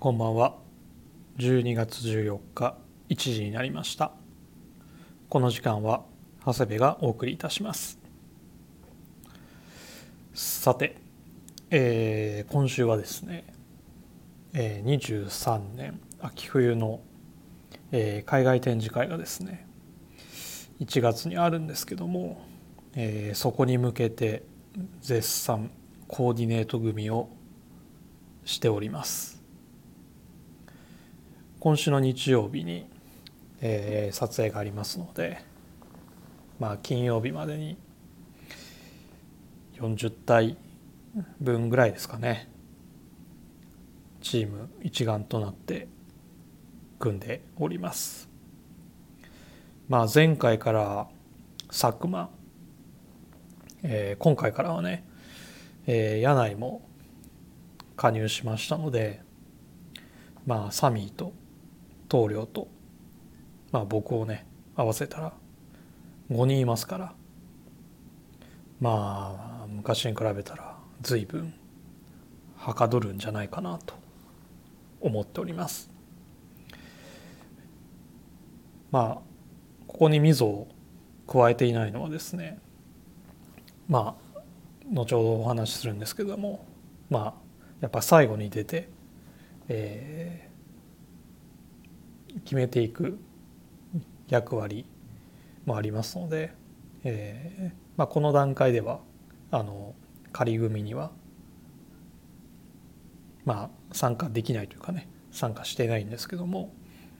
こんばんは。12月14日1時になりました。この時間は長谷部がお送りいたします。さて、今週はですね、23年秋冬の、海外展示会がですね1月にあるんですけども、そこに向けて絶賛コーディネート組をしております。今週の日曜日に、撮影がありますので、金曜日までに40体分ぐらいですかね、チーム一丸となって組んでおります。前回から佐久間、今回からはね、柳井も加入しましたので、サミーと棟梁と、僕をね合わせたら5人いますから、昔に比べたら随分はかどるんじゃないかなと思っております。ここに溝を加えていないのはですね、後ほどお話しするんですけども、やっぱ最後に出て、決めていく役割もありますので、この段階では仮組には参加できないというかね、参加していないんですけども、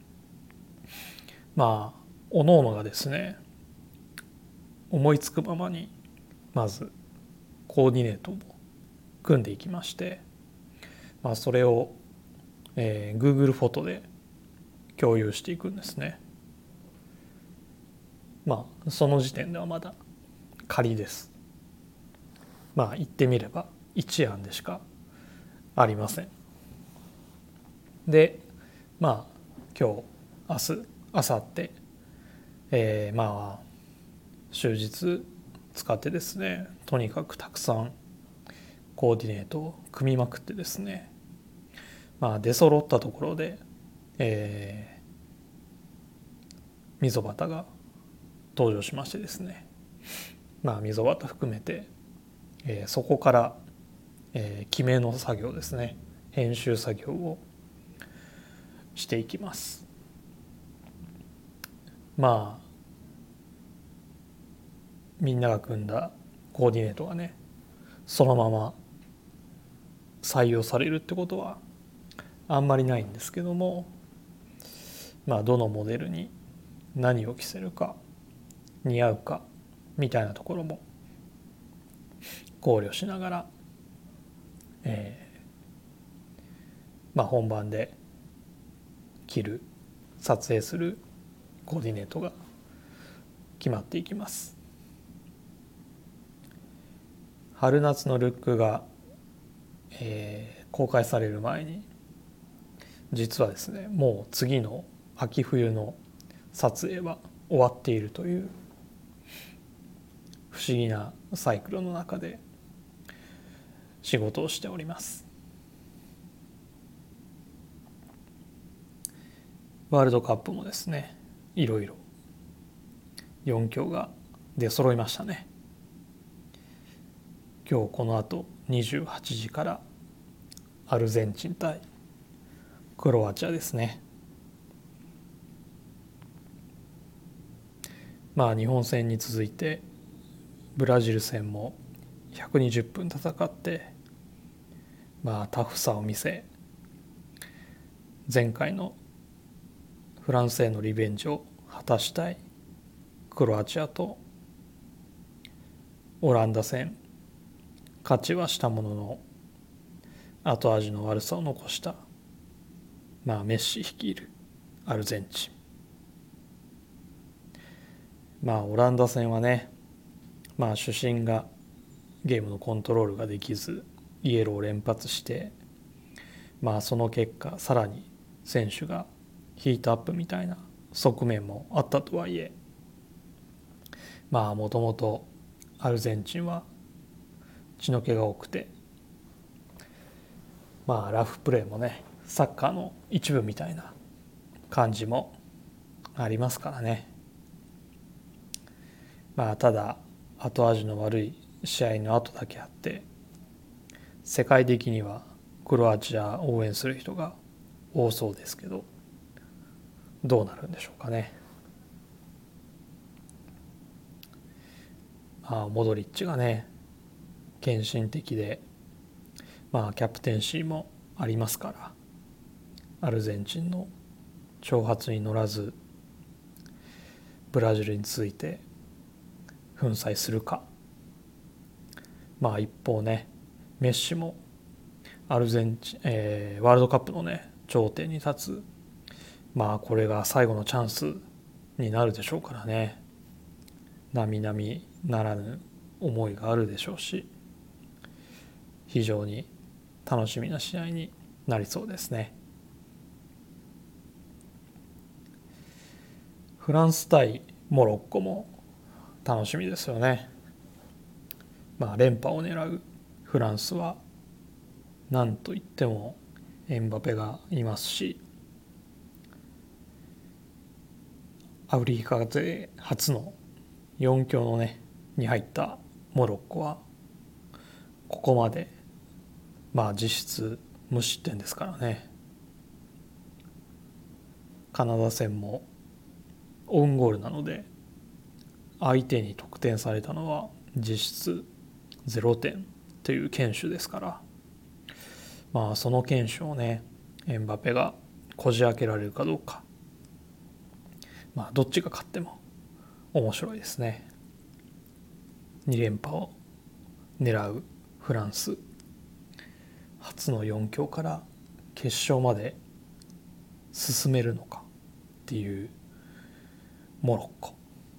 おのおのがですね思いつくままにまずコーディネートを組んでいきまして、それを、Google フォトで共有していくんですね。その時点ではまだ仮です。言ってみれば一案でしかありません。で今日明日明後日、終日使ってですね、とにかくたくさんコーディネートを組みまくってですね、出揃ったところで、溝端が登場しましてですね、溝端含めて、そこから、決めの作業ですね、編集作業をしていきます。みんなが組んだコーディネートがねそのまま採用されるってことはあんまりないんですけども、どのモデルに何を着せるか似合うかみたいなところも考慮しながら、本番で着る撮影するコーディネートが決まっていきます。春夏のルックが、公開される前に実はですねもう次の秋冬の撮影は終わっているという不思議なサイクルの中で仕事をしております。ワールドカップもですねいろいろ4強が出揃いましたね。今日この後28時からアルゼンチン対クロアチアですね。日本戦に続いてブラジル戦も120分戦って、タフさを見せ、前回のフランスへのリベンジを果たしたいクロアチアと、オランダ戦勝ちはしたものの後味の悪さを残したメッシ率いるアルゼンチン。オランダ戦はね、主審がゲームのコントロールができずイエローを連発して、その結果さらに選手がヒートアップみたいな側面もあったとはいえ、もともとアルゼンチンは血の気が多くて、ラフプレーもねサッカーの一部みたいな感じもありますからね。ただ後味の悪い試合の後だけあって、世界的にはクロアチアを応援する人が多そうですけど、どうなるんでしょうかね。モドリッチがね献身的で、キャプテンシーもありますから、アルゼンチンの挑発に乗らずブラジルについて粉砕するか。一方ね、メッシもアルゼンチン、ワールドカップのね頂点に立つ、これが最後のチャンスになるでしょうからね。並々ならぬ思いがあるでしょうし、非常に楽しみな試合になりそうですね。フランス対モロッコも楽しみですよね。連覇を狙うフランスは何といってもエムバペがいますし、アフリカ勢初の4強のねに入ったモロッコはここまで実質無失点ですからね。カナダ戦もオウンゴールなので、相手に得点されたのは実質0点という堅守ですから、その堅守をねエムバペがこじ開けられるかどうか、どっちが勝っても面白いですね。2連覇を狙うフランス、初の4強から決勝まで進めるのかっていうモロッコ。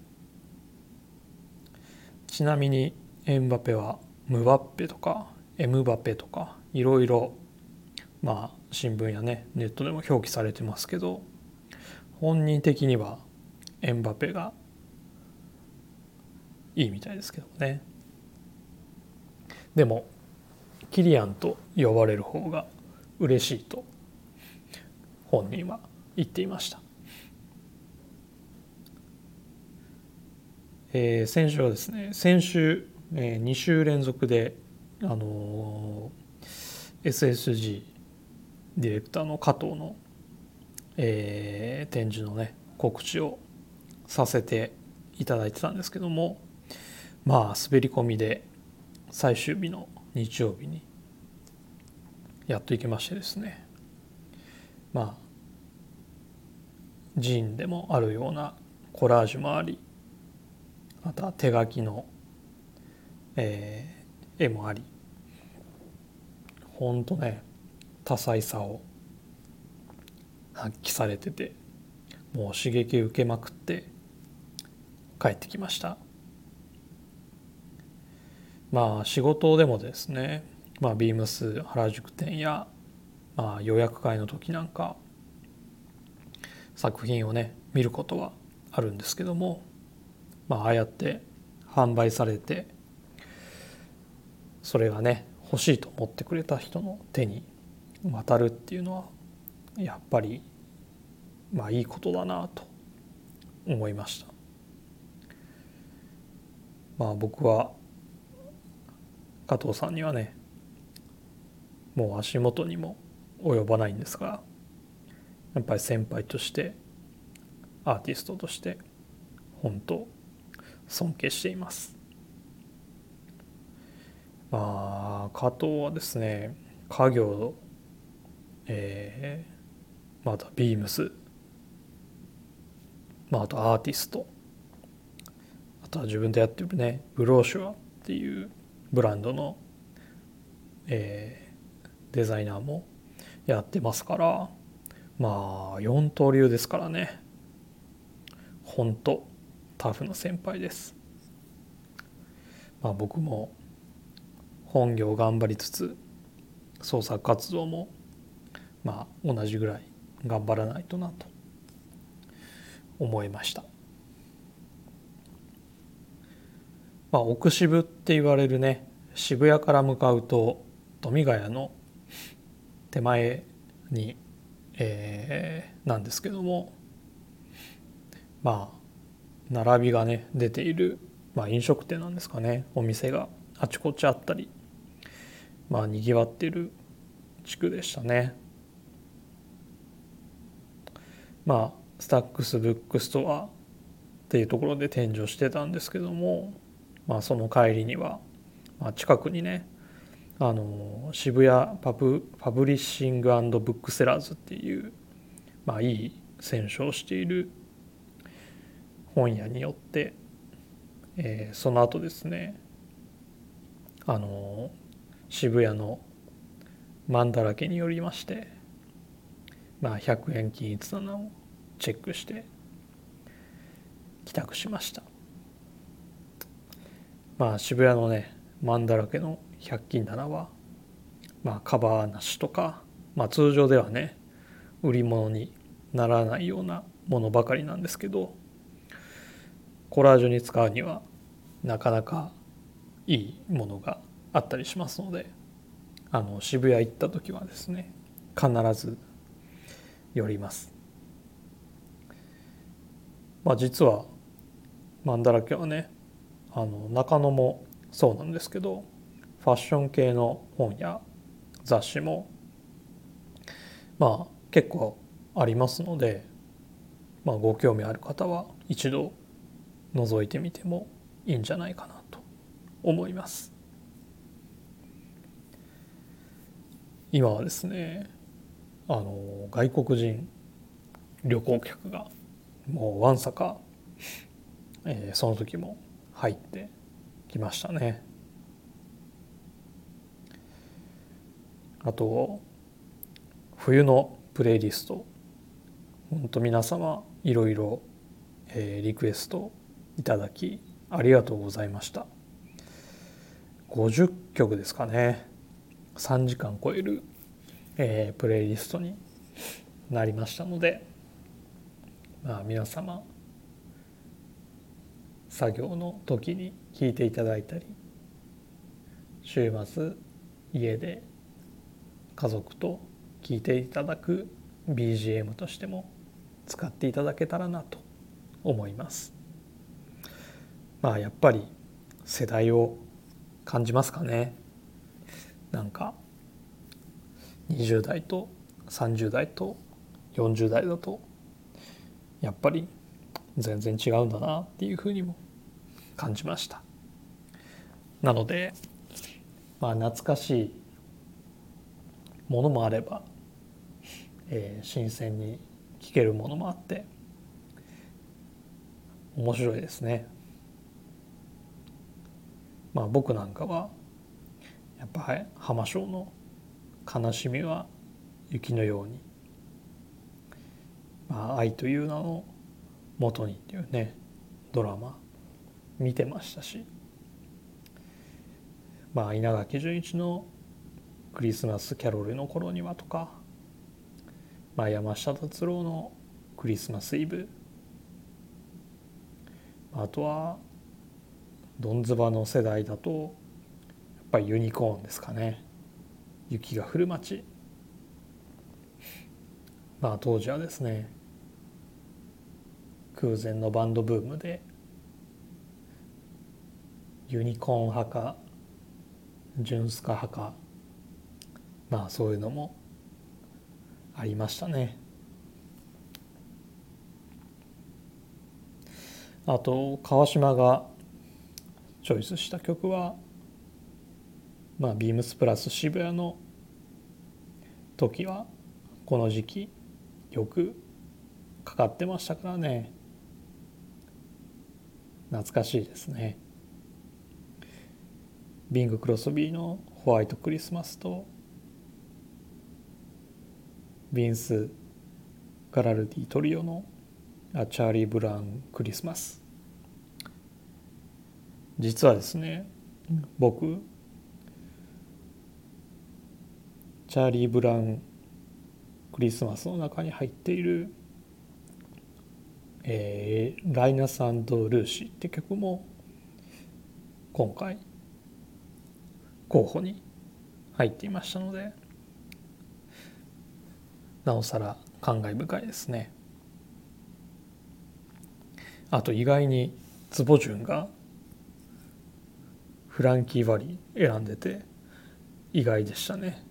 ちなみにエムバペはムバッペとかエムバペとかいろいろ新聞やねネットでも表記されてますけど、本人的にはエムバペがいいみたいですけどね。でもキリアンと呼ばれる方が嬉しいと本人は言っていました。先週はですね、2週連続でSSG ディレクターの加藤の、展示のね告知をさせていただいてたんですけども、滑り込みで最終日の日曜日にやっと行けましてですね、寺院でもあるようなコラージュもあり、また手書きの、絵もあり、ほんとね多彩さを発揮されてて、もう刺激を受けまくって帰ってきました。仕事でもですね、ビームス原宿店や、予約会の時なんか作品をね見ることはあるんですけども、ああやって販売されて、それがね欲しいと思ってくれた人の手に渡るっていうのはやっぱりいいことだなと思いました。僕は加藤さんにはねもう足元にも及ばないんですが、やっぱり先輩としてアーティストとして本当尊敬しています。加藤はですね、家業、またビームス、あとアーティスト、あとは自分でやってるねブローシュアっていうブランドの、デザイナーもやってますから、四刀流ですからね、本当タフな先輩です。僕も本業頑張りつつ創作活動も同じぐらい頑張らないとなと思いました。奥渋って言われるね渋谷から向かうと富ヶ谷の手前に、なんですけども、並びがね出ている、飲食店なんですかね、お店があちこちあったり、にぎわっている地区でしたね。スタックスブックストアっていうところで展示をしてたんですけども、その帰りには、近くにね渋谷パブリッシング&ブックセラーズっていう、いい選書をしている本屋によって、その後ですね渋谷のマンだらけによりまして、100円均一棚をチェックして帰宅しました。渋谷のねマンだらけの100均棚は、カバーなしとか、通常ではね売り物にならないようなものばかりなんですけど、コラージュに使うにはなかなかいいものがあったりしますので、渋谷行った時はですね必ず寄ります。実はマンだらけはね中野もそうなんですけど、ファッション系の本や雑誌も結構ありますので、ご興味ある方は一度覗いてみてもいいんじゃないかなと思います。今はですね外国人旅行客がもうわんさか、その時も入ってきましたね。あと冬のプレイリスト、本当皆様いろいろリクエストいただきありがとうございました。50曲ですかね、3時間超える、プレイリストになりましたので、皆様作業の時に聴いていただいたり、週末家で家族と聴いていただく BGM としても使っていただけたらなと思います。やっぱり世代を感じますかね。なんか20代と30代と40代だとやっぱり全然違うんだなっていうふうにも感じました。なので懐かしいものもあれば、新鮮に聴けるものもあって面白いですね。僕なんかはやっぱり浜省の悲しみは雪のように、愛という名のもとにっていうねドラマ見てましたし、稲垣潤一のクリスマスキャロルの頃にはとか、山下達郎のクリスマスイブ、あとはドンズバの世代だとやっぱりユニコーンですかね、雪が降る街。当時はですね空前のバンドブームでユニコーン派かジュンスカ派か、そういうのもありましたね。あと川島がチョイスした曲は、ビームスプラス渋谷の時はこの時期よくかかってましたからね、懐かしいですね。ビング・クロスビーのホワイトクリスマスとビンス・ガラルディトリオのチャーリー・ブラウンクリスマス。実はですね僕チャーリー・ブラウンクリスマスの中に入っている、ライナス&ルーシーって曲も今回候補に入っていましたので、 なおさら感慨深いですね。あと意外に坪潤がフランキー・バリー選んでて意外でしたね。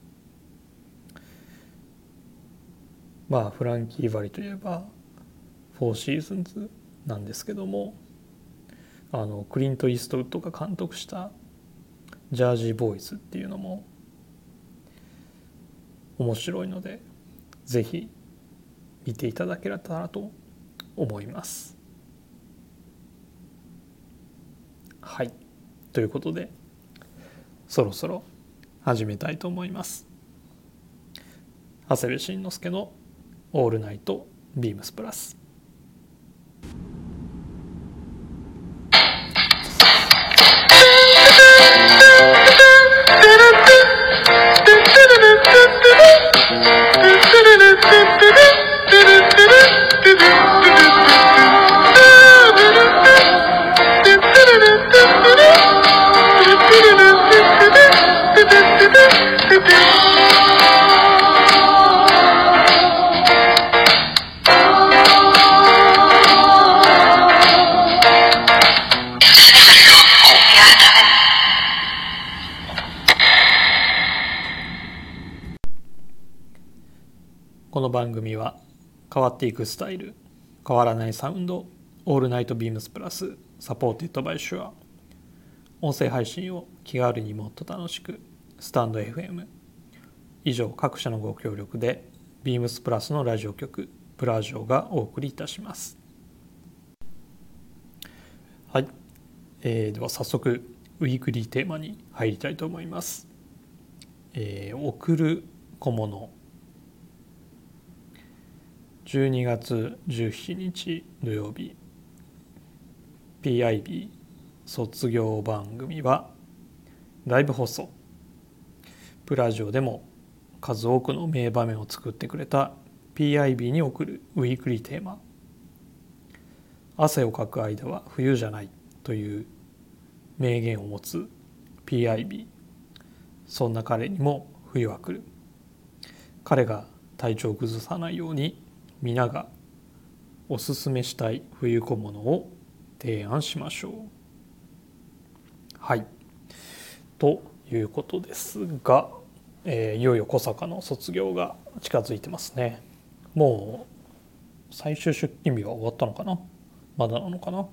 まあフランキー・バリといえばフォーシーズンズなんですけども、クリント・イーストウッドが監督したジャージー・ボーイズっていうのも面白いので、ぜひ見ていただけたらと思います。はい、ということでそろそろ始めたいと思います。長谷部慎之介のオールナイトビームスプラス。この番組は変わっていくスタイル、変わらないサウンド、オールナイトビームスプラス、サポーテッドバイシュア。音声配信を気軽にもっと楽しく、スタンド FM。以上各社のご協力でビームスプラスのラジオ局プラジオがお送りいたします。はい、では早速ウィークリーテーマに入りたいと思います。贈る小物。12月17日土曜日 PIB 卒業番組はライブ放送。プラジオでも数多くの名場面を作ってくれた PIB に送るウィークリーテーマ。汗をかく間は冬じゃないという名言を持つ PIB。そんな彼にも冬は来る。彼が体調を崩さないように皆がおすすめしたい冬小物を提案しましょう。はい、ということですが、いよいよ小坂の卒業が近づいてますね。もう最終出勤日は終わったのかな、まだなのかな。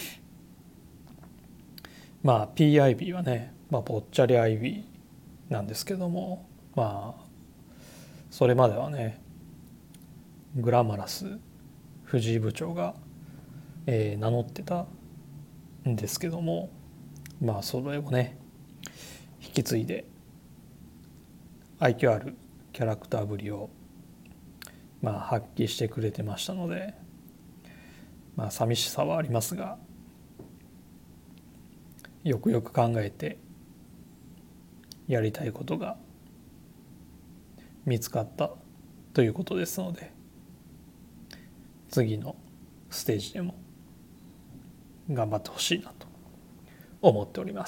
まあ PIB はね、ぽっちゃり IB なんですけども、それまではねグラマラス藤井部長が、名乗ってたんですけども、それをね引き継いで愛嬌あるキャラクターぶりを発揮してくれてましたので、寂しさはありますが、よくよく考えてやりたいことが見つかったということですので、次のステージでも頑張ってほしいなと思っております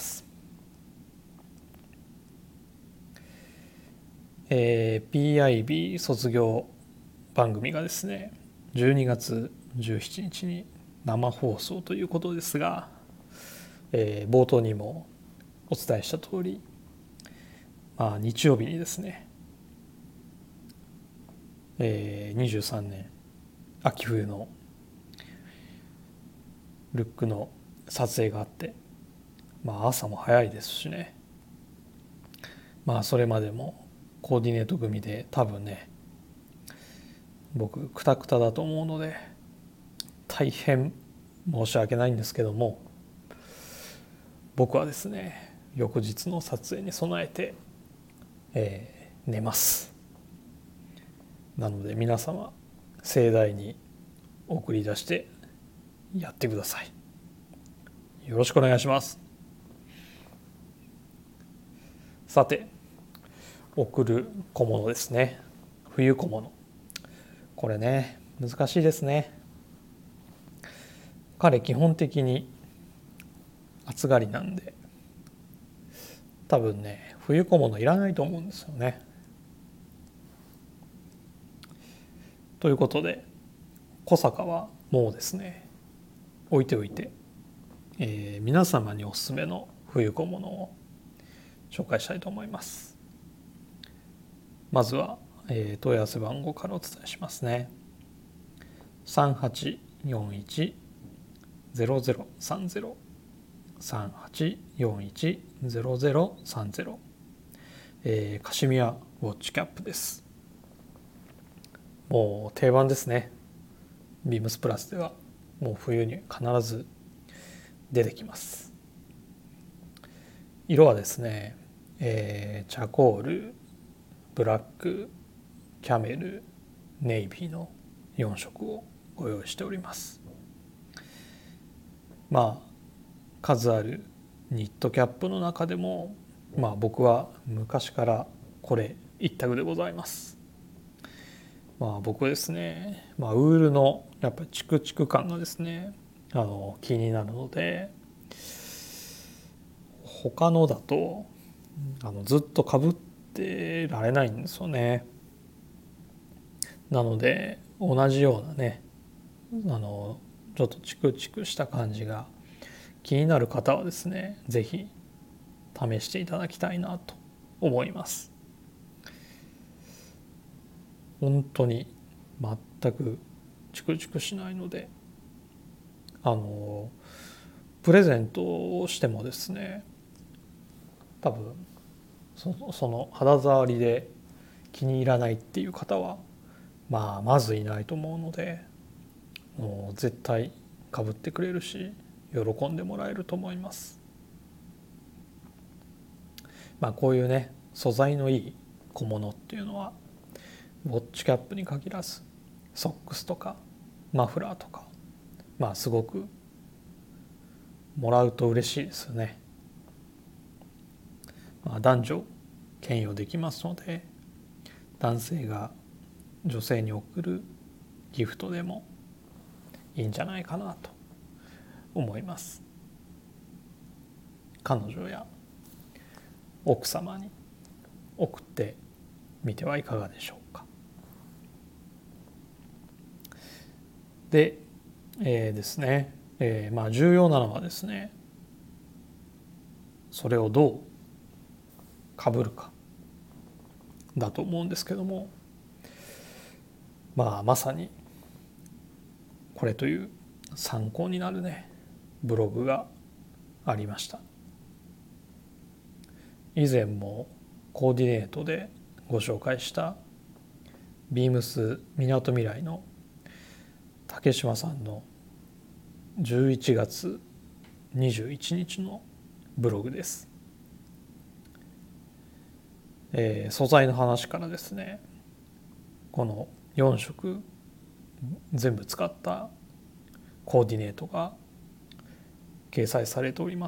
。PIB 卒業番組がですね12月17日に生放送ということですが、冒頭にもお伝えした通り、日曜日にですね、23年秋冬のルックの撮影があって、朝も早いですしね、それまでもコーディネート組で多分ね僕クタクタだと思うので大変申し訳ないんですけども、僕はですね翌日の撮影に備えて、寝ます。なので皆様盛大に送り出してやってください。よろしくお願いします。さて、送る小物ですね。冬小物、これね難しいですね。彼基本的に暑がりなんで多分ね冬小物いらないと思うんですよね。 ということで小坂はもうですね置いておいて、皆様におすすめの冬小物を紹介したいと思います。まずは、問い合わせ番号からお伝えしますね。3841-0030 3841-0030、カシミヤウォッチキャップです。もう定番ですね。ビームスプラスではもう冬に必ず出てきます。色はですね、チャコール、ブラック、キャメル、ネイビーの4色をご用意しております。数あるニットキャップの中でも僕は昔からこれ一択でございます。僕はですね、ウールのやっぱりチクチク感がですね気になるので、他のだとずっとかぶってられないんですよね。なので同じようなねちょっとチクチクした感じが気になる方はですね是非試していただきたいなと思います。本当に全くチクチクしないのでプレゼントをしてもですね多分その肌触りで気に入らないっていう方はまずいないと思うので、もう絶対かぶってくれるし喜んでもらえると思います。こういうね素材のいい小物っていうのはウォッチキャップに限らずソックスとかマフラーとかすごくもらうと嬉しいですよね。男女兼用できますので、男性が女性に贈るギフトでもいいんじゃないかなと思います。彼女や奥様に送ってみてはいかがでしょうか。で、ですね、重要なのはですねそれをどうかぶるかだと思うんですけども、まさにこれという参考になるねブログがありました。以前もコーディネートでご紹介したビームスみなとみらいの竹島さんの11月21日のブログです。素材の話からですねこの4色全部使ったコーディネートが掲載されております。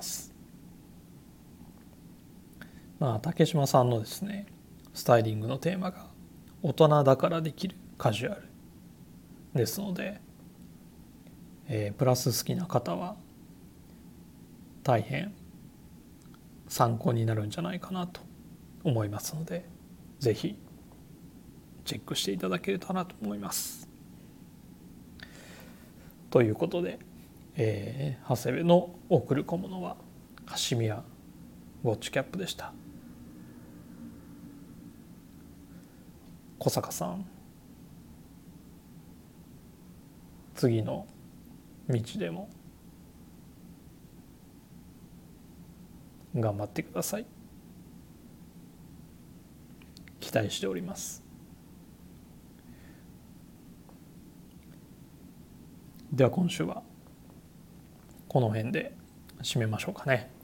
竹島さんのですねスタイリングのテーマが大人だからできるカジュアルですので、プラス好きな方は大変参考になるんじゃないかなと思いますので、ぜひチェックしていただけたらと思います。ということで、長谷部の贈る小物はカシミヤウォッチキャップでした。小坂さん、次の道でも頑張ってください。期待しております。では今週はこの辺で締めましょうかね。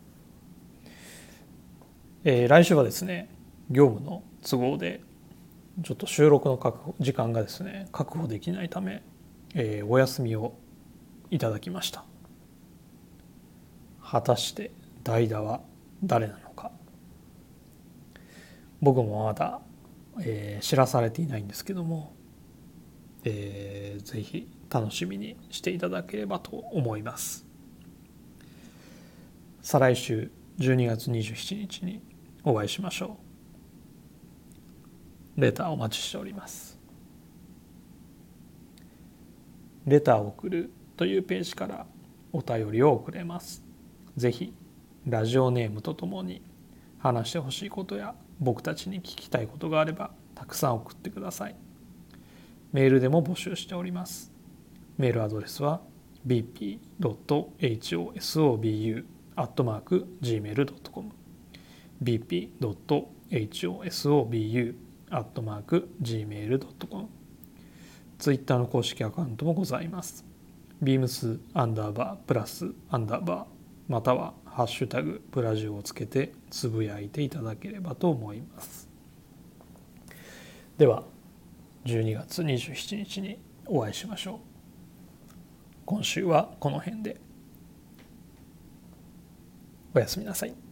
来週はですね業務の都合でちょっと収録の時間がですね確保できないため、お休みをいただきました。果たして代打は誰なのか、僕もまだ、知らされていないんですけども、ぜひ楽しみにしていただければと思います。再来週12月27日にお会いしましょう。レターお待ちしております。 レターを送るというページからお便りを送れます。ぜひラジオネームとともに話してほしいことや僕たちに聞きたいことがあればたくさん送ってください。メールでも募集しております。メールアドレスは bp.hosobu@gmail.com bp.hosobu@gmail.com ツイッターの公式アカウントもございます。beams_+_ またはハッシュタグブラジオをつけてつぶやいていただければと思います。では12月27日にお会いしましょう。今週はこの辺で。おやすみなさい。